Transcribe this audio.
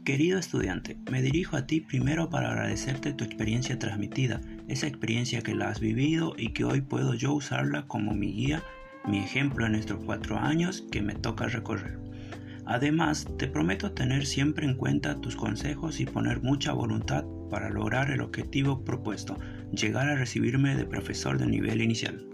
Querido estudiante, me dirijo a ti primero para agradecerte tu experiencia transmitida, esa experiencia que la has vivido y que hoy puedo yo usarla como mi guía, mi ejemplo en estos 4 años que me toca recorrer. Además, te prometo tener siempre en cuenta tus consejos y poner mucha voluntad para lograr el objetivo propuesto, llegar a recibirme de profesor de nivel inicial.